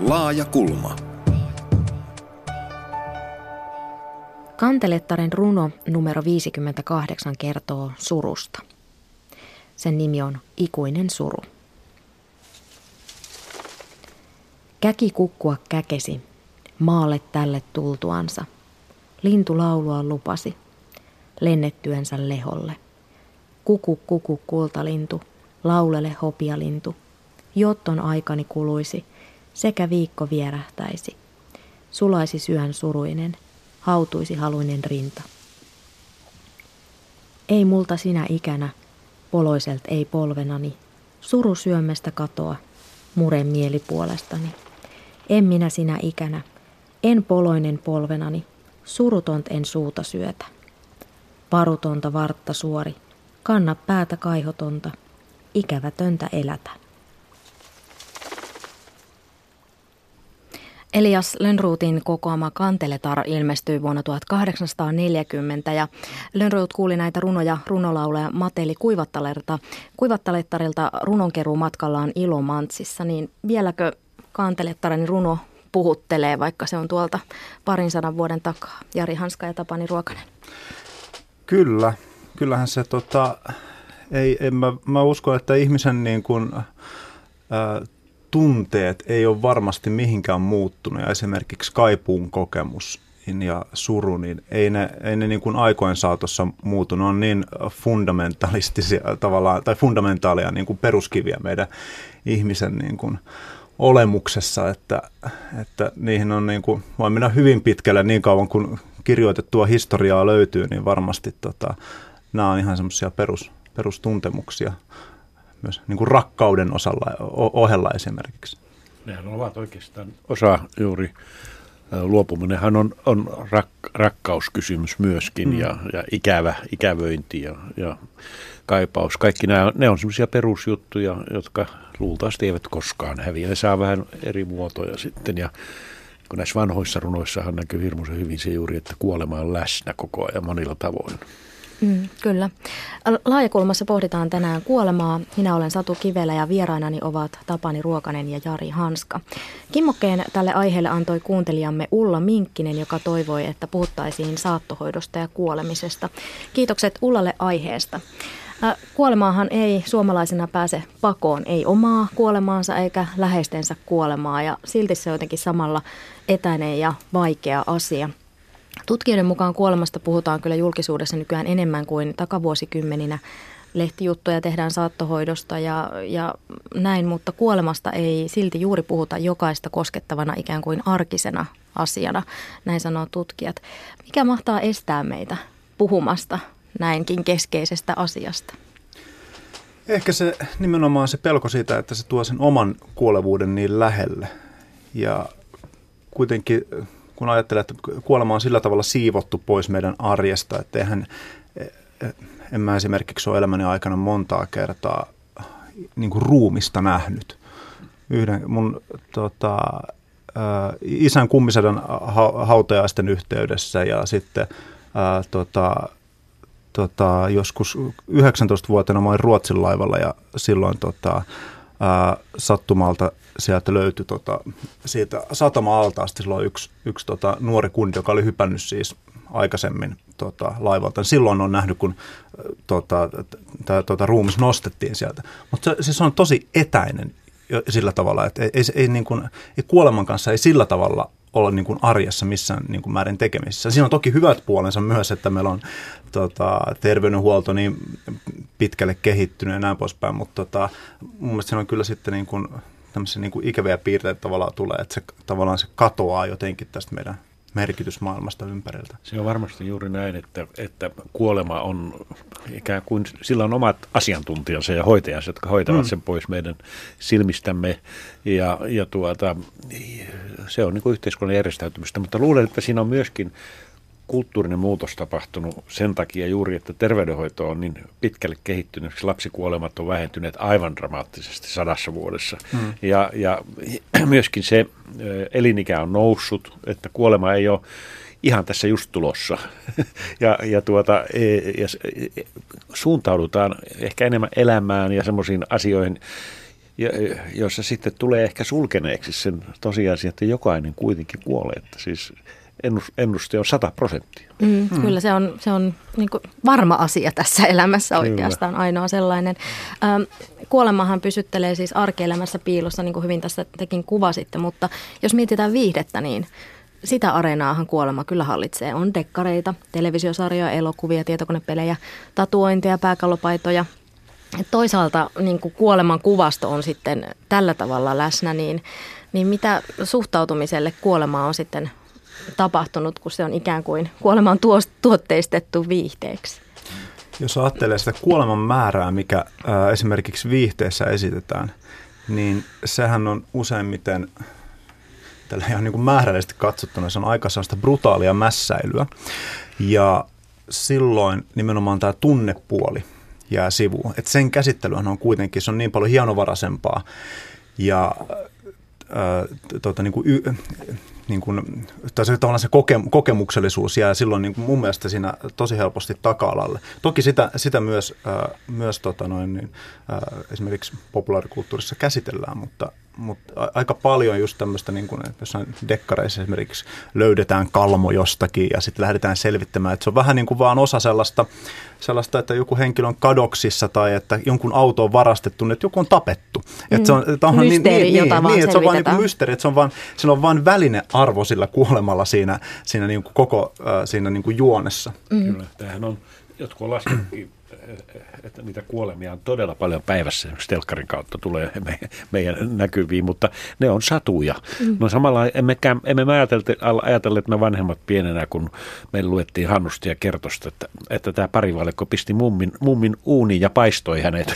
Laaja kulma. Kantelettaren runo numero 58 kertoo surusta. Sen nimi on Ikuinen suru. Käki kukkua käkesi, maalle tälle tultuansa. Lintu laulua lupasi, lennettyensä leholle. Kuku, kuku, kultalintu, laulele hopialintu. Jotton aikani kuluisi, sekä viikko vierähtäisi. Sulaisi syön suruinen, hautuisi haluinen rinta. Ei multa sinä ikänä, poloiselt ei polvenani, suru syömestä katoa, muren mieli puolestani. En minä sinä ikänä, en poloinen polvenani, surutont en suuta syötä. Varutonta vartta suori, kanna päätä kaihotonta, ikävätöntä elätä. Elias Lönnrotin kokoama Kanteletar ilmestyi vuonna 1840 ja Lönnrot kuuli näitä runoja runolauleja Mateli Kuivattalettarilta runonkeruumatkallaan Ilomantsissa. Niin vieläkö Kantelettarin runo puhuttelee, vaikka se on tuolta 200 vuoden takaa? Jari Hanska ja Tapani Ruokanen. Kyllähän se mä uskon, että ihmisen niin kuin, tunteet ei ole varmasti mihinkään muuttunut ja esimerkiksi kaipuun kokemus ja suru, niin ei ne niin kuin aikojen saatossa muutu. Ne on niin fundamentalistisia tavallaan, tai fundamentaalia niin kuin peruskiviä meidän ihmisen niin kuin olemuksessa, että niihin on niin kuin, voi mennä hyvin pitkälle niin kauan kuin kirjoitettua historiaa löytyy, niin varmasti nämä on ihan semmoisia perustuntemuksia. Myös niin kuin rakkauden ohella esimerkiksi. Nehän ovat oikeastaan osa juuri, luopuminenhan on rakkauskysymys myöskin ja ikävöinti ja kaipaus. Kaikki ne on semmoisia perusjuttuja, jotka luultavasti eivät koskaan häviä. Ne saa vähän eri muotoja sitten ja kun näissä vanhoissa runoissahan näkyy hirmuisen hyvin se juuri, että kuolema on läsnä koko ajan monilla tavoin. Kyllä. Laajakulmassa pohditaan tänään kuolemaa. Minä olen Satu Kivelä ja vierainani ovat Tapani Ruokanen ja Jari Hanska. Kimmokkeen tälle aiheelle antoi kuuntelijamme Ulla Minkkinen, joka toivoi, että puhuttaisiin saattohoidosta ja kuolemisesta. Kiitokset Ullalle aiheesta. Kuolemaahan ei suomalaisena pääse pakoon, ei omaa kuolemaansa eikä läheistensä kuolemaa ja silti se on jotenkin samalla etäinen ja vaikea asia. Tutkijoiden mukaan kuolemasta puhutaan kyllä julkisuudessa nykyään enemmän kuin takavuosikymmeninä. Lehtijuttuja tehdään saattohoidosta ja näin, mutta kuolemasta ei silti juuri puhuta jokaista koskettavana ikään kuin arkisena asiana, näin sanoo tutkijat. Mikä mahtaa estää meitä puhumasta näinkin keskeisestä asiasta? Ehkä se nimenomaan se pelko siitä, että se tuo sen oman kuolevuuden niin lähelle ja kuitenkin kun ajattelee, että kuolema on sillä tavalla siivottu pois meidän arjesta, että en mä esimerkiksi ole elämäni aikana montaa kertaa niin kuin ruumista nähnyt. Mun isän kummisedän hautajaisten yhteydessä ja sitten joskus 19-vuotiaana mä olin Ruotsin laivalla ja silloin sattumalta sieltä löytyi siitä satama-altaasta silloin yksi nuori kundi, joka oli hypännyt siis aikaisemmin laivalta. Silloin on nähnyt, kun ruumis nostettiin sieltä. Mutta se on tosi etäinen sillä tavalla, että ei kuoleman kanssa ei sillä tavalla olla niin kuin arjessa missään niin kuin määrin tekemisissä. Siinä on toki hyvät puolensa myös, että meillä on terveydenhuolto niin pitkälle kehittynyt ja näin poispäin, mutta mun mielestä siinä on kyllä sitten niin kuin tämmöisiä niin kuin ikäviä piirteitä tavallaan tulee, että se katoaa jotenkin tästä meidän merkitysmaailmasta ympäriltä. Se on varmasti juuri näin, että kuolema on ikään kuin, sillä on omat asiantuntijansa ja hoitajansa, jotka hoitavat sen pois meidän silmistämme ja se on niin kuin yhteiskunnan järjestäytymistä, mutta luulen, että siinä on myöskin kulttuurinen muutos tapahtunut sen takia juuri, että terveydenhoito on niin pitkälle kehittynyt, lapsikuolemat on vähentyneet aivan dramaattisesti 100 vuodessa. Ja myöskin se elinikä on noussut, että kuolema ei ole ihan tässä just tulossa. ja suuntaudutaan ehkä enemmän elämään ja semmoisiin asioihin, jossa sitten tulee ehkä sulkeneeksi sen tosiasia, että jokainen kuitenkin kuolee. Että siis ennuste on 100%. Kyllä se on niin kuin varma asia tässä elämässä oikeastaan, ainoa sellainen. Kuolemahan pysyttelee siis arkielämässä piilossa, niin kuin hyvin tässä tekin kuvasitte, mutta jos mietitään viihdettä, niin sitä areenaahan kuolema kyllä hallitsee. On dekkareita, televisiosarjoja, elokuvia, tietokonepelejä, tatuointeja, pääkallopaitoja. Toisaalta niin kuin kuoleman kuvasto on sitten tällä tavalla läsnä, niin mitä suhtautumiselle kuolemaa on sitten tapahtunut, kun se on ikään kuin kuoleman tuotteistettu viihteeksi? Jos ajattelee sitä kuoleman määrää, mikä esimerkiksi viihteessä esitetään, niin sehän on useimmiten, tällä ihan niin kuin määrällisesti katsottuna, se on aika sellaista brutaalia mässäilyä. Ja silloin nimenomaan tämä tunnepuoli jää sivuun. Että sen käsittelyhän on kuitenkin, se on niin paljon hienovaraisempaa ja tavallaan se kokemuksellisuus jää silloin niin kuin mun mielestä siinä tosi helposti taka-alalle. Toki sitä myös esimerkiksi populaarikulttuurissa käsitellään, mutta aika paljon just tämmöistä, niin kuin jossain dekkareissa esimerkiksi löydetään kalmo jostakin ja sitten lähdetään selvittämään, että se on vähän niin kuin vaan osa sellaista, että joku henkilö on kadoksissa tai että jonkun auto on varastettu, että joku on tapettu. Että se on, mysteeri, jota vaan että se on vaan niin kuin selvitetään. mysteeri, että sillä on vain välinearvo sillä kuolemalla siinä niin kuin koko siinä niin kuin juonessa. Kyllä, tämähän on, jotkut on laskenutkin, että niitä kuolemia on todella paljon päivässä, esimerkiksi telkkarin kautta tulee meidän näkyviin, mutta ne on satuja. No samalla emme ajatelleet, että me vanhemmat pienenä, kun meille luettiin Hannusta ja Kertosta, että tämä parivaljakko pisti mummin uuniin ja paistoi hänet.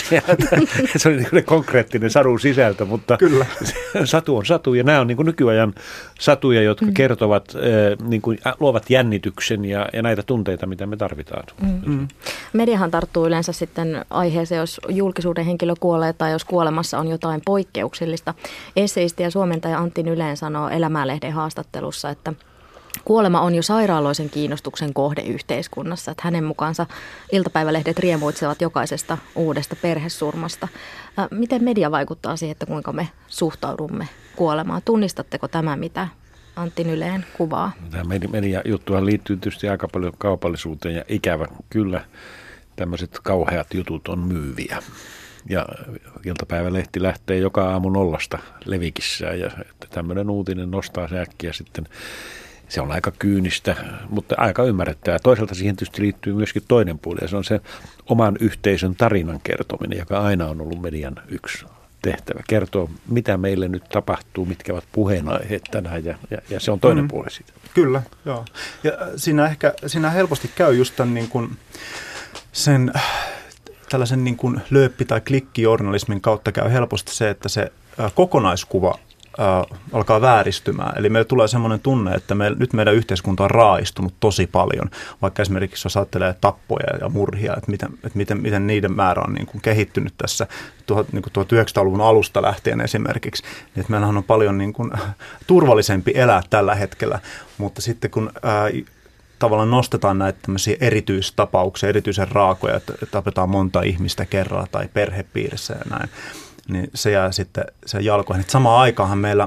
Se oli niin konkreettinen sadun sisältö, mutta kyllä. Satu on satu ja nämä on niin kuin nykyajan satuja, jotka kertovat, niin kuin luovat jännityksen ja näitä tunteita, mitä me tarvitaan. Mediahan tarttuu yleensä sitten aiheeseen, jos julkisuuden henkilö kuolee tai jos kuolemassa on jotain poikkeuksellista. Esseisti ja suomentaja Antti Nylén sanoo Elämää-lehden haastattelussa, että kuolema on jo sairaaloisen kiinnostuksen kohde yhteiskunnassa. Että hänen mukaansa iltapäivälehdet riemuitsevat jokaisesta uudesta perhesurmasta. Miten media vaikuttaa siihen, että kuinka me suhtaudumme kuolemaan? Tunnistatteko tämä, mitä Antti Nylén kuvaa? Tämä media-juttuhan liittyy tietysti aika paljon kaupallisuuteen ja ikävä kyllä tämmöiset kauheat jutut on myyviä. Ja iltapäivälehti lähtee joka aamu nollasta levikissään ja tämmöinen uutinen nostaa se äkkiä sitten. Se on aika kyynistä, mutta aika ymmärrettävää. Toisaalta siihen tietysti liittyy myöskin toinen puoli ja se on se oman yhteisön tarinan kertominen, joka aina on ollut median yksi tehtävä. Kertoo, mitä meille nyt tapahtuu, mitkä ovat puheenaiheet tänään ja se on toinen puoli siitä. Kyllä, joo. Ja siinä helposti käy just tämän niin kuin sen tällaisen niin kuin lööppi- tai klikkijournalismin kautta käy helposti se, että se kokonaiskuva alkaa vääristymään. Eli meillä tulee semmoinen tunne, että nyt meidän yhteiskunta on raaistunut tosi paljon, vaikka esimerkiksi jos ajattelee tappoja ja murhia, että miten niiden määrä on niin kuin kehittynyt tässä niin kuin 1900-luvun alusta lähtien esimerkiksi. Niin että meillähän on paljon niin kuin turvallisempi elää tällä hetkellä, mutta sitten kun tavallaan nostetaan näitä tämmöisiä erityistapauksia, erityisen raakoja, että tapetaan monta ihmistä kerralla tai perhepiirissä ja näin, niin se jää sitten se jalkoihin. Samaan aikaanhan meillä,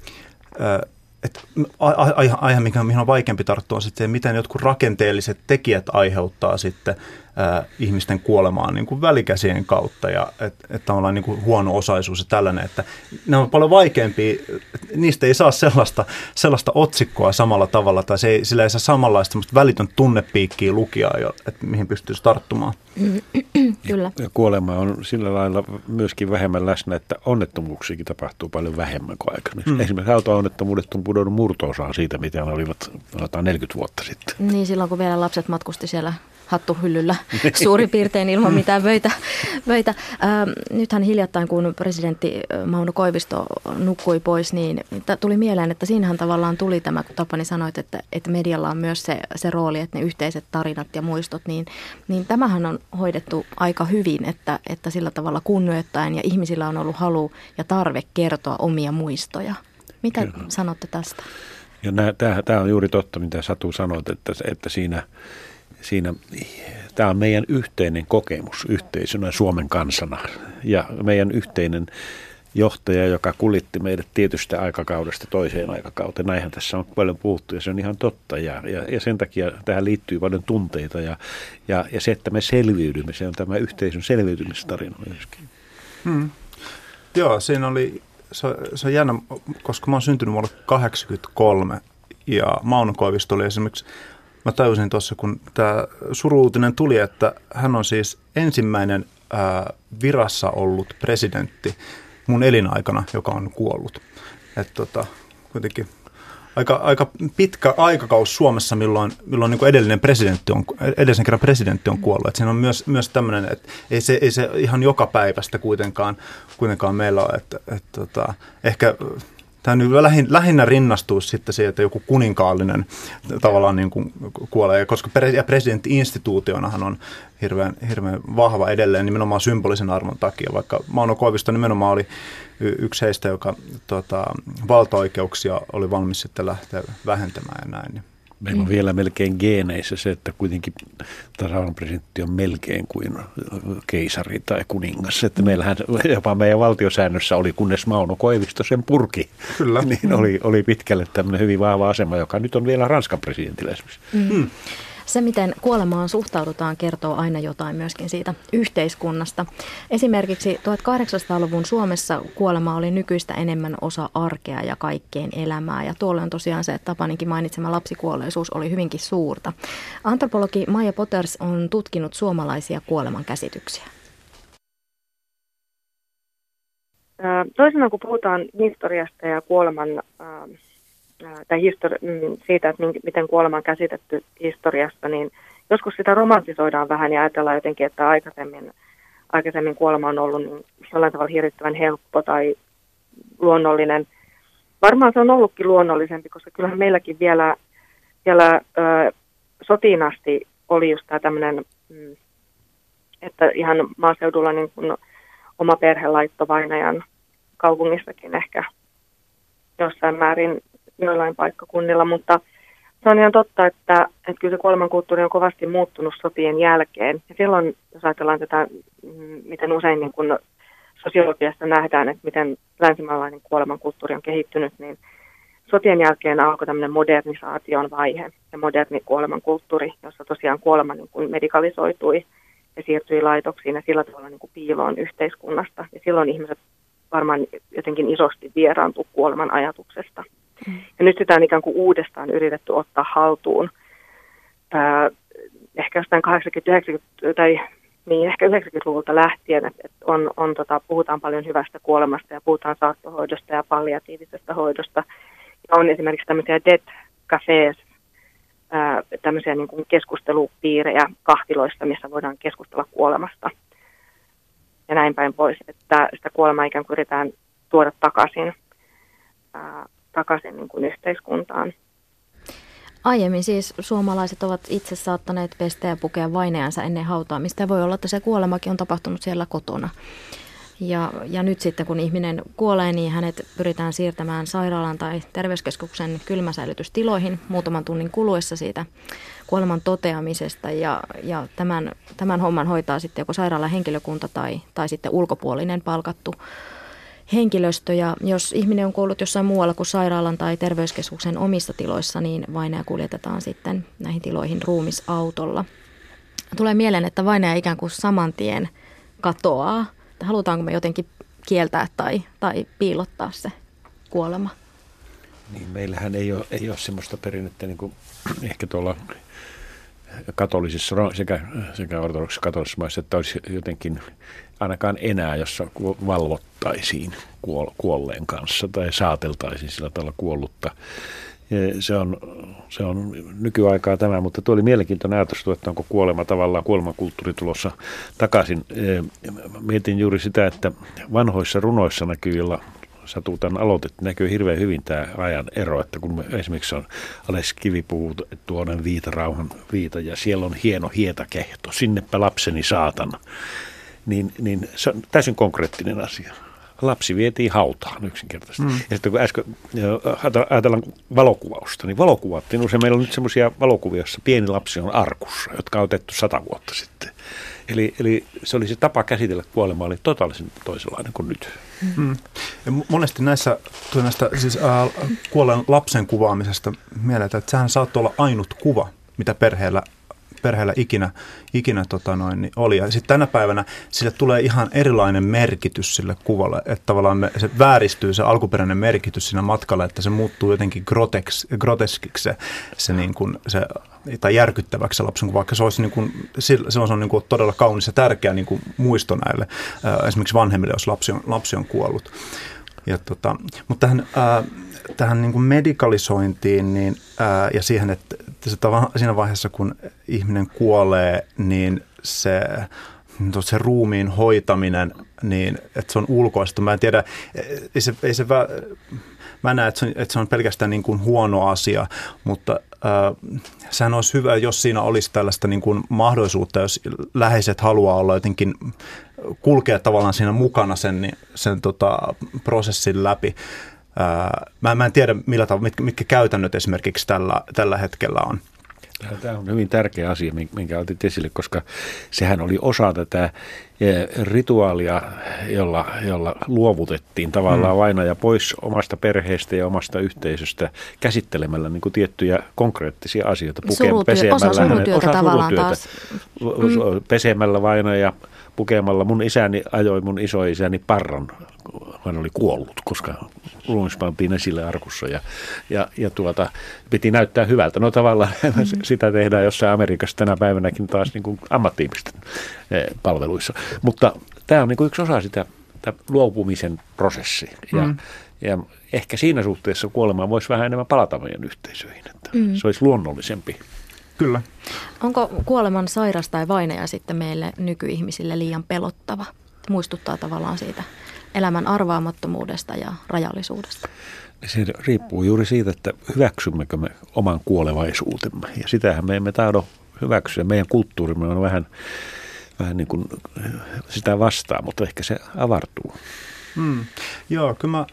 aihe, mihin on vaikeampi tarttua, on sitten se, miten jotkut rakenteelliset tekijät aiheuttaa sitten ihmisten kuolemaan niin kuin välikäsien kautta ja että tavallaan niin kuin huono-osaisuus ja tällainen, että ne on paljon vaikeampia, niistä ei saa sellaista otsikkoa samalla tavalla tai sillä ei saa samanlaista välitön tunnepiikkiä lukijaa, että mihin pystyisi tarttumaan. Kyllä. Ja kuolema on sillä lailla myöskin vähemmän läsnä, että onnettomuuksiakin tapahtuu paljon vähemmän kuin aikaisemmin. Esimerkiksi auto-onnettomuudet on pudonnut murto-osaa siitä, mitä ne olivat 40 vuotta sitten. Niin, silloin kun vielä lapset matkusti siellä hattuhyllyllä suurin piirtein ilman mitään vöitä. Nythän hiljattain, kun presidentti Mauno Koivisto nukkui pois, niin tuli mieleen, että siinähän tavallaan tuli tämä, kun Tapani sanoit, että medialla on myös se rooli, että ne yhteiset tarinat ja muistot, niin tämähän on hoidettu aika hyvin, että sillä tavalla kunnioittaen ja ihmisillä on ollut halu ja tarve kertoa omia muistoja. Mitä Kyllä. sanotte tästä? Ja tämä on juuri totta, mitä Satu sanoit, että siinä Tämä on meidän yhteinen kokemus yhteisönä Suomen kansana ja meidän yhteinen johtaja, joka kuljetti meidät tietystä aikakaudesta toiseen aikakauteen. Näinhän tässä on paljon puhuttu ja se on ihan totta. Ja sen takia tähän liittyy paljon tunteita ja se, että me selviydymme, se on tämä yhteisön selviytymistarina myöskin. Joo, siinä oli, se on jännä, koska mä oon syntynyt vuonna 1983 ja Mauno Koivisto oli esimerkiksi, mä tajusin tuossa, kun tämä suru-uutinen tuli, että hän on siis ensimmäinen virassa ollut presidentti mun elinaikana, joka on kuollut. Että kuitenkin aika pitkä aikakaus Suomessa, milloin niin kuin edellisen kerran presidentti on kuollut. Että siinä on myös tämmöinen, että ei se ihan joka päivästä kuitenkaan meillä ole. Että ehkä tämä nyt lähinnä rinnastuu sitten siihen, että joku kuninkaallinen tavallaan niin kuin kuolee, koska presidentti-instituutionahan on hirveän vahva edelleen nimenomaan symbolisen arvon takia, vaikka Mauno Koivisto nimenomaan oli yksi heistä, joka valtaoikeuksia oli valmis sitten lähteä vähentämään ja näin. Meillä on vielä melkein geeneissä se, että kuitenkin tasavallan presidentti on melkein kuin keisari tai kuningas. Että meillähän jopa meidän valtiosäännössä oli, kunnes Mauno Koivisto sen purki. Kyllä. Niin oli pitkälle tämmöinen hyvin vahva asema, joka nyt on vielä Ranskan presidentillä esimerkiksi. Se, miten kuolemaan suhtaudutaan, kertoo aina jotain myöskin siitä yhteiskunnasta. Esimerkiksi 1800-luvun Suomessa kuolema oli nykyistä enemmän osa arkea ja kaikkeen elämää. Ja tuolloin tosiaan se Tapaninkin mainitsema lapsikuolleisuus oli hyvinkin suurta. Antropologi Maija Poters on tutkinut suomalaisia kuoleman käsityksiä. Toisinaan kun puhutaan historiasta ja kuoleman tai siitä, että miten kuolema on käsitetty historiasta, niin joskus sitä romantisoidaan vähän ja ajatellaan jotenkin, että aikaisemmin kuolema on ollut niin jollain tavalla hirvittävän helppo tai luonnollinen. Varmaan se on ollutkin luonnollisempi, koska kyllähän meilläkin vielä sotiin asti oli just tämä tämmöinen, että ihan maaseudulla niin kun oma perhe laittoi vainajan, kaupungissakin ehkä jossain määrin joillain paikkakunnilla, mutta se on ihan totta, että kyllä se kuolemankulttuuri on kovasti muuttunut sotien jälkeen. Ja silloin, jos ajatellaan tätä, miten usein niin kun sosiologiassa nähdään, että miten länsimaalainen kuolemankulttuuri on kehittynyt, niin sotien jälkeen alkoi tämmöinen modernisaation vaihe ja moderni kuolemankulttuuri, jossa tosiaan kuolema niin kuin medikalisoitui ja siirtyi laitoksiin ja sillä tavalla niin kuin piiloon yhteiskunnasta. Ja silloin ihmiset varmaan jotenkin isosti vieraantu kuoleman ajatuksesta. Ja nyt sitä on ikään kuin uudestaan yritetty ottaa haltuun. Ehkä jostain 80-90 tai niin ehkä 90-luvulta lähtien, että puhutaan paljon hyvästä kuolemasta ja puhutaan saattohoidosta ja palliatiivisesta hoidosta. Ja on esimerkiksi tämmöisiä death cafés, tämmöisiä niin kuin keskustelupiirejä kahviloissa, missä voidaan keskustella kuolemasta. Ja näin päin pois, että sitä kuolemaa ikään kuin yritetään tuoda takaisin niin kuin yhteiskuntaan. Aiemmin siis suomalaiset ovat itse saattaneet pestä ja pukea vainajansa ennen hautaamista. Ja voi olla, että se kuolemakin on tapahtunut siellä kotona. Ja nyt sitten kun ihminen kuolee, niin hänet pyritään siirtämään sairaalan tai terveyskeskuksen kylmäsäilytystiloihin muutaman tunnin kuluessa siitä kuoleman toteamisesta. Ja tämän homman hoitaa sitten joko sairaalan henkilökunta tai sitten ulkopuolinen palkattu henkilöstö. Ja jos ihminen on kuollut jossain muualla kuin sairaalan tai terveyskeskuksen omissa tiloissa, niin vainaja kuljetetaan sitten näihin tiloihin ruumisautolla. Tulee mieleen, että vainaja ikään kuin saman tien katoaa. Halutaanko me jotenkin kieltää tai piilottaa se kuolema? Niin, meillähän ei ole semmoista perinnettä niin kuin ehkä tuolla katolisissa sekä ortodoksissa katolisissa maissa, että olisi jotenkin ainakaan enää, jossa valvottaisiin kuolleen kanssa tai saateltaisiin sillä tavalla kuollutta. Se on nykyaikaa tämä, mutta tuo oli mielenkiintoinen ajatus, että onko kuolemakulttuuri tulossa takaisin. Mietin juuri sitä, että vanhoissa runoissa näkyy, jolla Satutan aloitet, näkyy hirveän hyvin tämä ajan ero, että kun esimerkiksi on Ales Kivipuu, tuonen viita, rauhan viita, ja siellä on hieno hietakehto, sinnepä lapseni saatana, niin se on täysin konkreettinen asia. lapsi vietiin hautaan yksinkertaisesti. Ja sitten kun äsken ajatellaan valokuvausta, niin valokuvattiin usein. Meillä on nyt semmoisia valokuvia, joissa pieni lapsi on arkussa, jotka on otettu 100 vuotta sitten. Eli se oli se tapa käsitellä kuolemaa, oli totaalisen toisenlainen kuin nyt. Ja monesti näistä siis, kuolleen lapsen kuvaamisesta mielletään, että sehän saattoi olla ainut kuva, mitä perheellä ikinä niin oli. Ja sitten tänä päivänä sille tulee ihan erilainen merkitys sille kuvalle, että tavallaan se vääristyy se alkuperäinen merkitys siinä matkalla, että se muuttuu jotenkin groteskiksi tai järkyttäväksi se lapsen kuva, vaikka se olisi silloin se on todella kaunis ja tärkeä muisto näille, esimerkiksi vanhemmille, jos lapsi on kuollut. Ja mutta tähän medikalisointiin ja siihen, että siinä vaiheessa, kun ihminen kuolee, niin se ruumiin hoitaminen, niin että se on ulkoista. Mä en tiedä, mä en näe, että se on pelkästään huono asia, mutta sehän olisi hyvä, jos siinä olisi tällaista mahdollisuutta, jos läheiset haluaa olla jotenkin kulkea tavallaan siinä mukana sen prosessin läpi. Mä en tiedä, mitkä käytännöt esimerkiksi tällä hetkellä on. Tämä on hyvin tärkeä asia, minkä otit esille, koska sehän oli osa tätä rituaalia, jolla luovutettiin tavallaan vainaja pois omasta perheestä ja omasta yhteisöstä käsittelemällä tiettyjä konkreettisia asioita. Pesemällä vainaja, pukemalla. Mun isäni ajoi mun isoisäni parran. Hän oli kuollut, koska ruumis pantiin esille arkussa ja piti näyttää hyvältä. No tavallaan sitä tehdään jossain Amerikassa tänä päivänäkin taas ammatti-ihmisten palveluissa. Mutta tämä on yksi osa sitä luopumisen prosessia. Ja ehkä siinä suhteessa kuolemaan voisi vähän enemmän palata meidän yhteisöihin, että se olisi luonnollisempi. Kyllä. Onko kuoleman sairas tai vainaja sitten meille nykyihmisille liian pelottava? Muistuttaa tavallaan siitä elämän arvaamattomuudesta ja rajallisuudesta. Se riippuu juuri siitä, että hyväksymmekö me oman kuolevaisuutemme. Ja sitähän me emme tahdo hyväksyä. Meidän kulttuurimme on vähän niin kuin sitä vastaan, mutta ehkä se avartuu. Joo, kyllä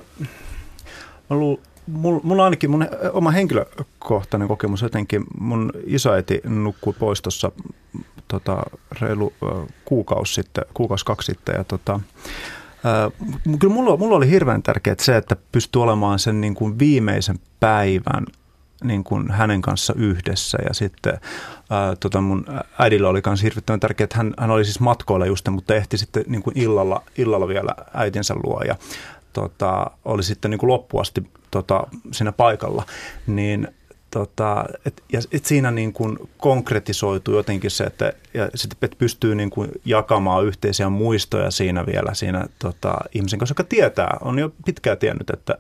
mulla ainakin mun oma henkilökohtainen kokemus jotenkin. Mun isoäiti nukkui pois tuossa reilu kuukausi 2 sitten. Ja kyllä mulla oli hirveän tärkeää se, että pystyi olemaan sen viimeisen päivän hänen kanssa yhdessä. Ja sitten mun äidillä oli myös hirvittävän tärkeää, että hän oli siis matkoilla just, mutta ehti sitten illalla vielä äitinsä luo ja oli sitten loppuasti siinä paikalla. Niin siinä konkretisoituu jotenkin se, että pystyy jakamaan yhteisiä muistoja siinä vielä ihmisen kanssa, joka tietää, on jo pitkään tiennyt, että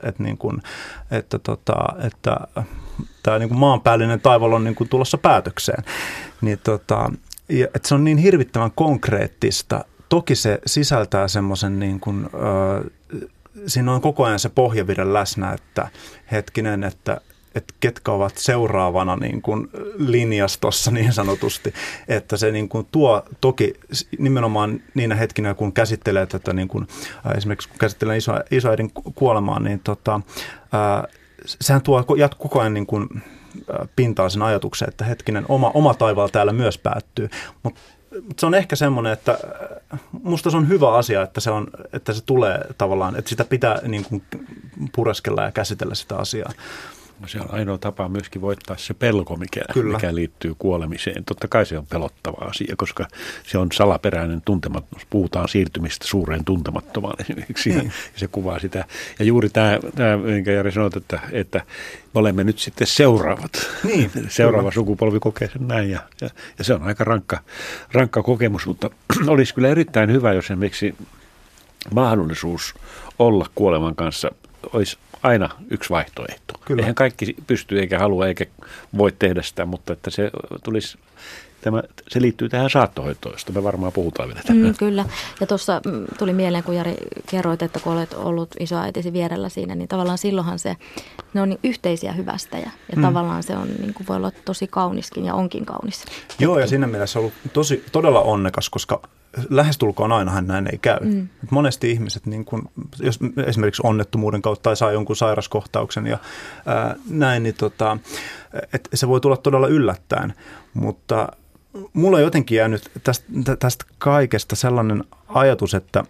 tämä maanpäällinen taival on tulossa päätökseen. Niin, että se on niin hirvittävän konkreettista. Toki se sisältää semmoisen siinä on koko ajan se pohjavire läsnä, että hetkinen, että ketkä ovat seuraavana linjastossa niin sanotusti, että se tuo toki nimenomaan niinä hetkinä, kun käsittelee tätä, esimerkiksi kun käsittelee isoäidin kuolemaa, niin sehän tuo koko ajan pintaan sen ajatuksen, että hetkinen, oma taivaalla täällä myös päättyy, mutta se on ehkä semmoinen, että musta se on hyvä asia, että se tulee tavallaan, että sitä pitää pureskella ja käsitellä sitä asiaa. Se on ainoa tapa myöskin voittaa se pelko, mikä liittyy kuolemiseen. Totta kai se on pelottava asia, koska se on salaperäinen tuntemattomuus. Puhutaan siirtymistä suureen tuntemattomaan esimerkiksi. Niin. Se kuvaa sitä. Ja juuri tämä minkä Jari sanoit, että olemme nyt sitten seuraavat. Niin, seuraava sukupolvi kokee sen näin ja se on aika rankka kokemus, mutta olisi kyllä erittäin hyvä, jos esimerkiksi mahdollisuus olla kuoleman kanssa olisi aina yksi vaihtoehto. Kyllä. Eihän kaikki pysty eikä halua eikä voi tehdä sitä, mutta että se liittyy tähän saattohoitoon, josta me varmaan puhutaan vielä tänään. Kyllä. Ja tuossa tuli mieleen, kun Jari kerroit, että kun olet ollut isoäitisi vierellä siinä, niin tavallaan silloinhan ne on yhteisiä hyvästäjä. Ja tavallaan se on, voi olla tosi kauniskin ja onkin kaunis. Joo, ja siinä mielessä on ollut todella onnekas, koska lähestulkoon ainahan näin ei käy. Monesti ihmiset, niin kun, jos esimerkiksi onnettomuuden kautta tai saa jonkun sairaskohtauksen ja näin, niin että se voi tulla todella yllättäen, mutta mulla on jotenkin jäänyt tästä kaikesta sellainen ajatus, että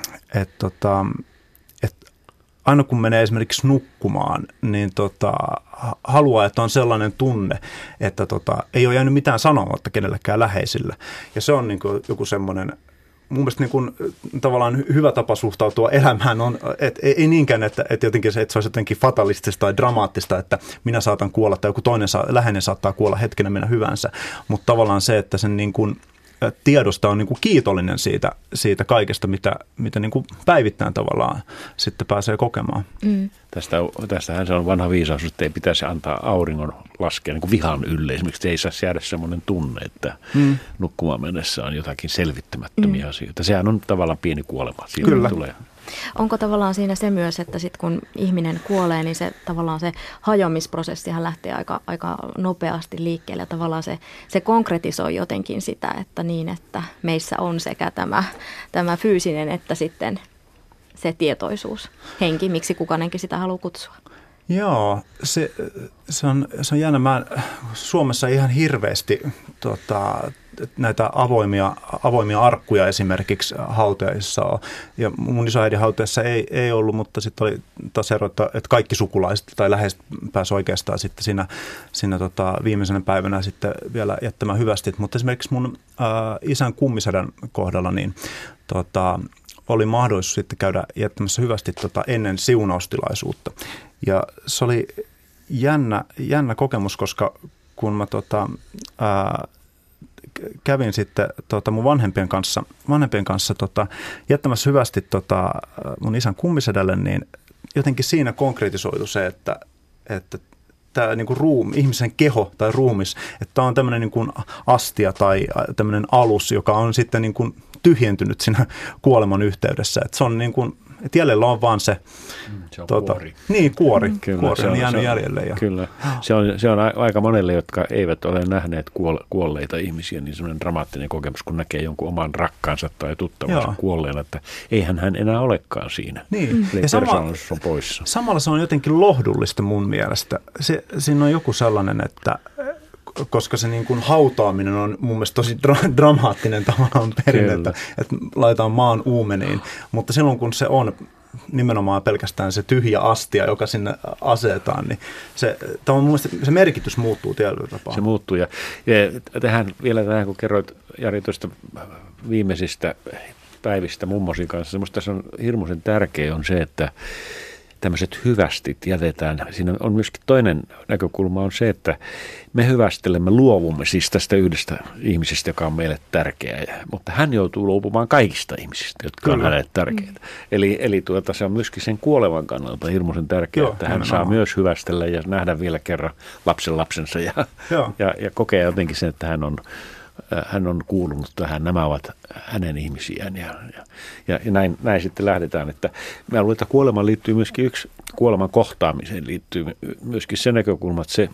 aina kun menee esimerkiksi nukkumaan, niin haluaa, että on sellainen tunne, että ei ole jäänyt mitään sanomatta kenellekään läheisille. Ja se on niin kuin joku semmoinen, mun mielestä niin kuin, tavallaan hyvä tapa suhtautua elämään on, että ei niinkään, että jotenkin se, että se olisi jotenkin fatalistista tai dramaattista, että minä saatan kuolla tai joku toinen läheinen saattaa kuolla hetkenä minä hyvänsä, mutta tavallaan se, että sen niin kuin tiedosta on niin kuin kiitollinen siitä kaikesta, mitä niin kuin päivittäin tavallaan sitten pääsee kokemaan. Tästähän se on vanha viisaus, että ei pitäisi antaa auringon laskea niin kuin vihan ylle. Esimerkiksi ei saa jäädä semmoinen tunne, että nukkumaan mennessä on jotakin selvittämättömiä asioita. Sehän on tavallaan pieni kuolema. Kyllä. Tulee. Onko tavallaan siinä se myös, että sitten kun ihminen kuolee, niin se tavallaan se hajoamisprosessihan lähtee aika nopeasti liikkeelle. Ja tavallaan se konkretisoi jotenkin sitä, että niin, että meissä on sekä tämä fyysinen että sitten se tietoisuus, henki, miksi kukainenkin sitä haluaa kutsua. Joo, se on jännä. Suomessa ihan hirveästi näitä avoimia arkkuja esimerkiksi hautajaisissa on. Ja mun isoäidin hautajaisissa ei ollut, mutta sitten oli taas ero, että kaikki sukulaiset tai läheiset pääsi oikeastaan sitten siinä viimeisenä päivänä sitten vielä jättämään hyvästit. Mutta esimerkiksi mun isän kummisedän kohdalla niin oli mahdollisuus sitten käydä jättämässä hyvästi ennen siunaustilaisuutta. Ja se oli jännä kokemus, koska kun mä kävin sitten mun vanhempien kanssa jättämässä hyvästi mun isän kummisedälle, niin jotenkin siinä konkretisoitu se, että tämä niin kuin ihmisen keho tai ruumis, että tämä on tämmöinen niin kuin astia tai tämmöinen alus, joka on sitten niin kuin tyhjentynyt siinä kuoleman yhteydessä. Että se on niin kuin, että jäljellä on vaan se kuori. Niin, kuori. Kyllä, kuori on jäänyt jäljelle. Ja. Kyllä. Se on aika monelle, jotka eivät ole nähneet kuolleita ihmisiä, niin semmoinen dramaattinen kokemus, kun näkee jonkun oman rakkaansa tai tuttavansa kuolleena, että eihän hän enää olekaan siinä. Niin. Eli persoonallisuus on poissa. Samalla se on jotenkin lohdullista mun mielestä. Siinä on joku sellainen, että koska se niin kuin hautaaminen on mun mielestä tosi dramaattinen tavallaan perinne, että laitetaan maan uumeniin, mutta silloin kun se on nimenomaan pelkästään se tyhjä astia, joka sinne asetetaan, niin mun mielestä se merkitys muuttuu tietyllä tapaa. Se muuttuu ja vielä tähän, kun kerroit Jari tuosta viimeisistä päivistä mummosin kanssa, minusta se on hirmuisen tärkeä on se, että tämmöiset hyvästit jätetään. Siinä on myöskin toinen näkökulma on se, että me hyvästelemme, luovumme siis tästä yhdestä ihmisestä, joka on meille tärkeä, mutta hän joutuu luopumaan kaikista ihmisistä, jotka on hänelle tärkeitä. Eli se on myöskin sen kuolevan kannalta hirmuisen tärkeää, että hän saa myös hyvästellä ja nähdä vielä kerran lapsensa ja kokea jotenkin sen, että hän on kuulunut tähän, nämä ovat hänen ihmisiään ja näin sitten lähdetään. Että mä luulen, että kuolemaan liittyy myöskin kuoleman kohtaamiseen liittyy myöskin se näkökulma, että se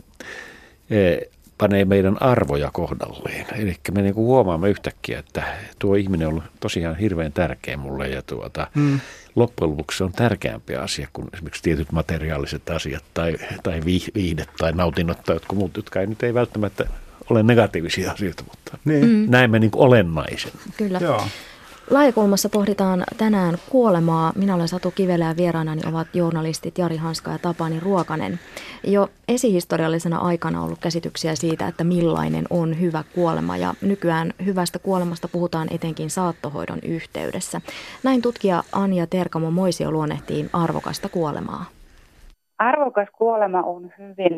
panee meidän arvoja kohdalleen. Eli me niin kuin huomaamme yhtäkkiä, että tuo ihminen on ollut tosiaan hirveän tärkeä mulle ja loppujen lopuksi se on tärkeämpi asia kuin esimerkiksi tietyt materiaaliset asiat tai viihde tai nautinnot tai jotkut muut, jotka ei välttämättä ole negatiivisia asioita, mutta näemme niin kuin olennaisen. Kyllä. Joo. Laajakulmassa pohditaan tänään kuolemaa. Minä olen Satu Kivelä ja vieraanani ovat journalistit Jari Hanska ja Tapani Ruokanen. Jo esihistoriallisena aikana on ollut käsityksiä siitä, että millainen on hyvä kuolema ja nykyään hyvästä kuolemasta puhutaan etenkin saattohoidon yhteydessä. Näin tutkija Anja Terkamo-Moisio luonnehtii arvokasta kuolemaa. Arvokas kuolema on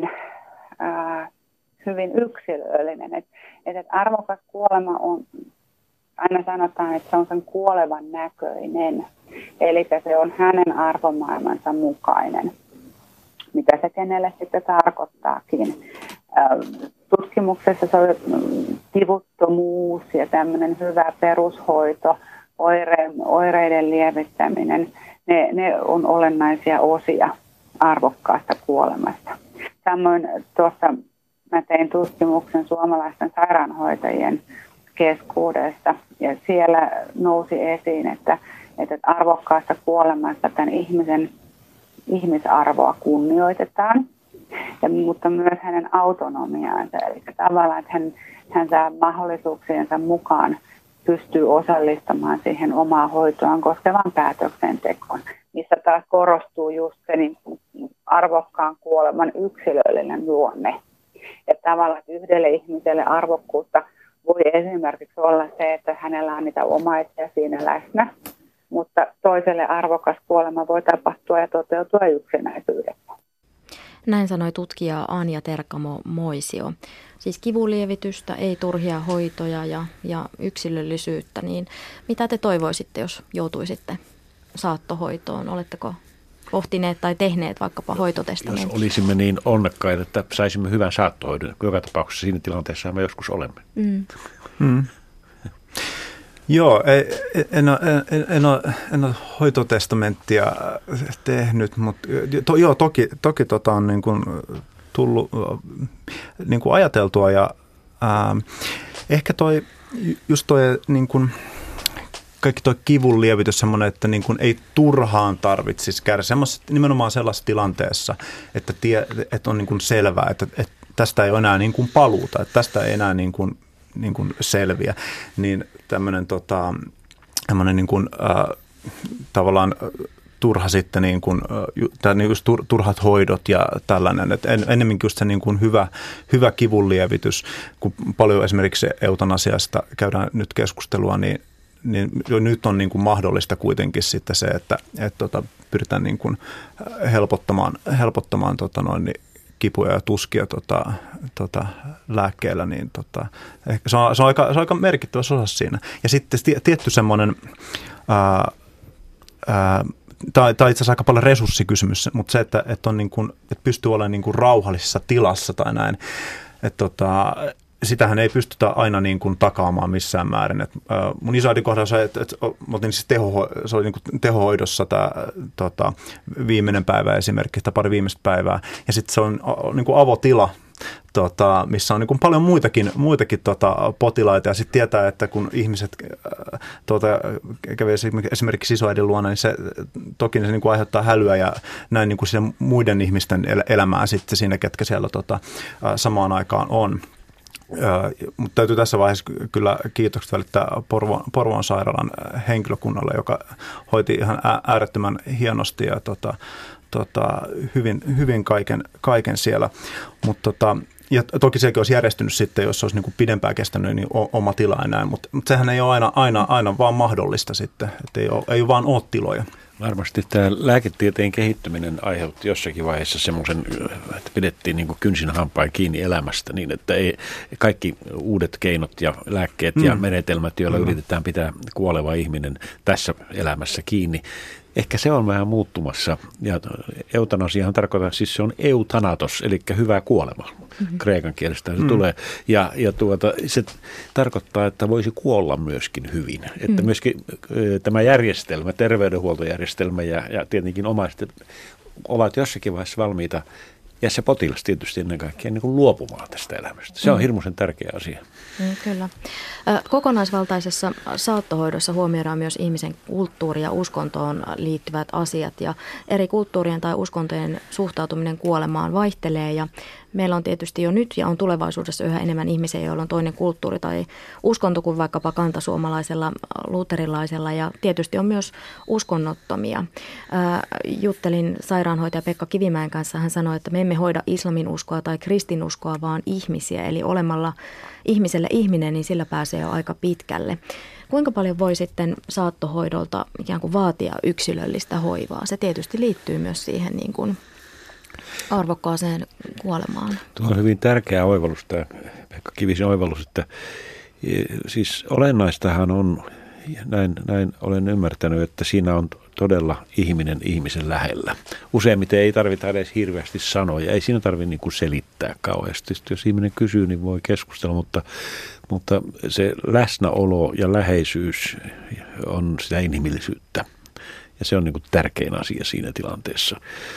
hyvin yksilöllinen. Et arvokas kuolema on, aina sanotaan, että se on sen kuolevan näköinen. Eli se on hänen arvomaailmansa mukainen, mitä se kenelle sitten tarkoittaakin. Tutkimuksessa se on kivuttomuus ja tämmöinen hyvä perushoito, oireiden lievittäminen, ne on olennaisia osia arvokkaasta kuolemasta. Samoin tuossa mä tein tutkimuksen suomalaisten sairaanhoitajien keskuudessa. Ja siellä nousi esiin, että arvokkaassa kuolemassa tämän ihmisen ihmisarvoa kunnioitetaan, mutta myös hänen autonomiaansa. Eli tavallaan, että hän saa mahdollisuuksiensa mukaan pystyy osallistumaan siihen omaa hoitoaan koskevan päätöksentekoon, missä taas korostuu just se niin arvokkaan kuoleman yksilöllinen luonne. Ja tavallaan, että yhdelle ihmiselle arvokkuutta voi esimerkiksi olla se, että hänellä on niitä omaisia siinä läsnä, mutta toiselle arvokas kuolema voi tapahtua ja toteutua yksinäisyydessä. Näin sanoi tutkija Anja Terkamo-Moisio. Siis kivunlievitystä, ei turhia hoitoja ja yksilöllisyyttä. Niin mitä te toivoisitte, jos joutuisitte saattohoitoon? Oletteko pohtineet tai tehneet vaikkapa hoitotestamentin? Jos olisimme niin onnekkaita, että saisimme hyvän saattohoidon, joka tapauksessa siinä tilanteessa me joskus olemme. Joo, en ole hoitotestamenttia tehnyt, mutta toki on niin kuin tullut niin kuin ajateltua ja ehkä just toi niin kuin kaikki tuo kivun lievitys semmoinen, että niin kuin ei turhaan tarvitsisi käydä nimenomaan sellaisessa tilanteessa, että on niin kuin selvää, että tästä ei ole enää niin kuin paluuta, että tästä ei enää niin kuin selviä, niin tämmöinen niin kuin, tavallaan turha sitten niin kuin, just turhat hoidot ja tällainen, että ennemminkin just se niin kuin hyvä kivunlievitys, kun paljon esimerkiksi eutanasiasta käydään nyt keskustelua, niin jo nyt on niin kuin mahdollista kuitenkin sitten se, että pyritään niin kuin helpottamaan kipuja ja tuskia lääkkeellä, ehkä se on aika merkittävässä osassa siinä. Ja sitten tietty semmoinen, tai itse asiassa aika paljon resurssikysymys, mutta se, että on niin kuin, että pystyy olemaan niin kuin rauhallisessa tilassa tai näin, että sitähän ei pystytä aina niin kuin takaamaan missään määrin. Mun isoäidin kohdalla se, että oltiin siis se oli niin kuin tehohoidossa tämä viimeinen päivä esimerkiksi, tai pari viimeistä päivää. Ja sitten se on niin kuin avotila, missä on niin kuin paljon muitakin potilaita. Ja sitten tietää, että kun ihmiset kävee esimerkiksi isoäidin luona, niin se toki se niin kuin aiheuttaa hälyä ja näin niin kuin muiden ihmisten elämää sitten siinä, ketkä siellä samaan aikaan on. Mutta täytyy tässä vaiheessa kyllä kiitokset välittää Porvoon sairaalan henkilökunnalle, joka hoiti ihan äärettömän hienosti ja hyvin kaiken siellä. Ja toki sekin olisi järjestynyt sitten, jos olisi niin kuin pidempään kestänyt niin oma tila ja näin, mutta sehän ei ole aina vaan mahdollista sitten, että ei vaan ole tiloja. Varmasti tämä lääketieteen kehittyminen aiheutti jossakin vaiheessa semmoisen, että pidettiin niin kuin kynsin hampain kiinni elämästä niin, että ei, kaikki uudet keinot ja lääkkeet ja menetelmät, joilla yritetään pitää kuoleva ihminen tässä elämässä kiinni. Ehkä se on vähän muuttumassa ja eutanasiahan tarkoittaa, siis se on euthanatos, eli hyvä kuolema. Kreikan kielestä se tulee. Ja se tarkoittaa, että voisi kuolla myöskin hyvin. Että myöskin tämä järjestelmä, terveydenhuoltojärjestelmä ja tietenkin omaiset ovat jossakin vaiheessa valmiita, ja se potilas tietysti ennen kaikkea niin kuin luopumaan tästä elämästä. Se on hirmuisen tärkeä asia. Kyllä. Kokonaisvaltaisessa saattohoidossa huomioidaan myös ihmisen kulttuuri ja uskontoon liittyvät asiat. Ja eri kulttuurien tai uskontojen suhtautuminen kuolemaan vaihtelee. Ja meillä on tietysti jo nyt ja on tulevaisuudessa yhä enemmän ihmisiä, joilla on toinen kulttuuri tai uskonto kuin vaikkapa kantasuomalaisella, luterilaisella. Ja tietysti on myös uskonnottomia. Juttelin sairaanhoitaja Pekka Kivimäen kanssa. Hän sanoi, että me emme hoida islamin uskoa tai kristinuskoa, vaan ihmisiä. Eli olemalla ihmiselle ihminen, niin sillä pääsee jo aika pitkälle. Kuinka paljon voi sitten saattohoidolta ikään kuin vaatia yksilöllistä hoivaa? Se tietysti liittyy myös siihen niin kuin arvokkaaseen kuolemaan. Tuo on hyvin tärkeä oivallus, tämä Pekka Kivisen oivallus, että siis olennaistahan on, näin olen ymmärtänyt, että siinä on todella ihminen ihmisen lähellä. Useimmiten ei tarvita edes hirveästi sanoja, ei siinä tarvitse niin kuin selittää kauheasti. Jos ihminen kysyy, niin voi keskustella, mutta se läsnäolo ja läheisyys on sitä inhimillisyyttä. Ja se on niin kuin tärkein asia siinä tilanteessa.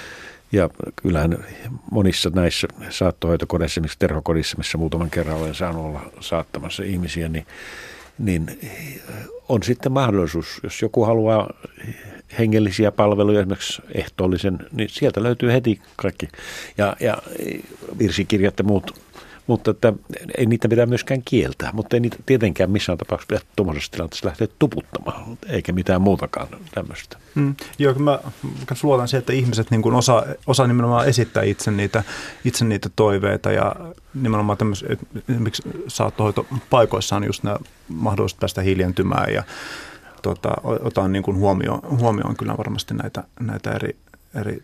Ja kyllähän monissa näissä saattohoitokodeissa, esimerkiksi Terhokodissa, missä muutaman kerran olen saanut olla saattamassa ihmisiä, niin on sitten mahdollisuus, jos joku haluaa hengellisiä palveluja, esimerkiksi ehtoollisen, niin sieltä löytyy heti kaikki ja virsikirjat ja muut. Mutta että ei niitä pitää myöskään kieltää, mutta ei niitä tietenkään missään tapauksessa pitää tuollaisessa tilanteessa lähteä tuputtamaan, eikä mitään muutakaan tämmöistä. Joo, mä luotan siihen, että ihmiset niin kuin osaa nimenomaan esittää itse niitä toiveita ja nimenomaan esimerkiksi saattohoitopaikoissa on just nämä mahdollisuus päästä hiljentymään ja otan niin kuin huomioon kyllä varmasti näitä eri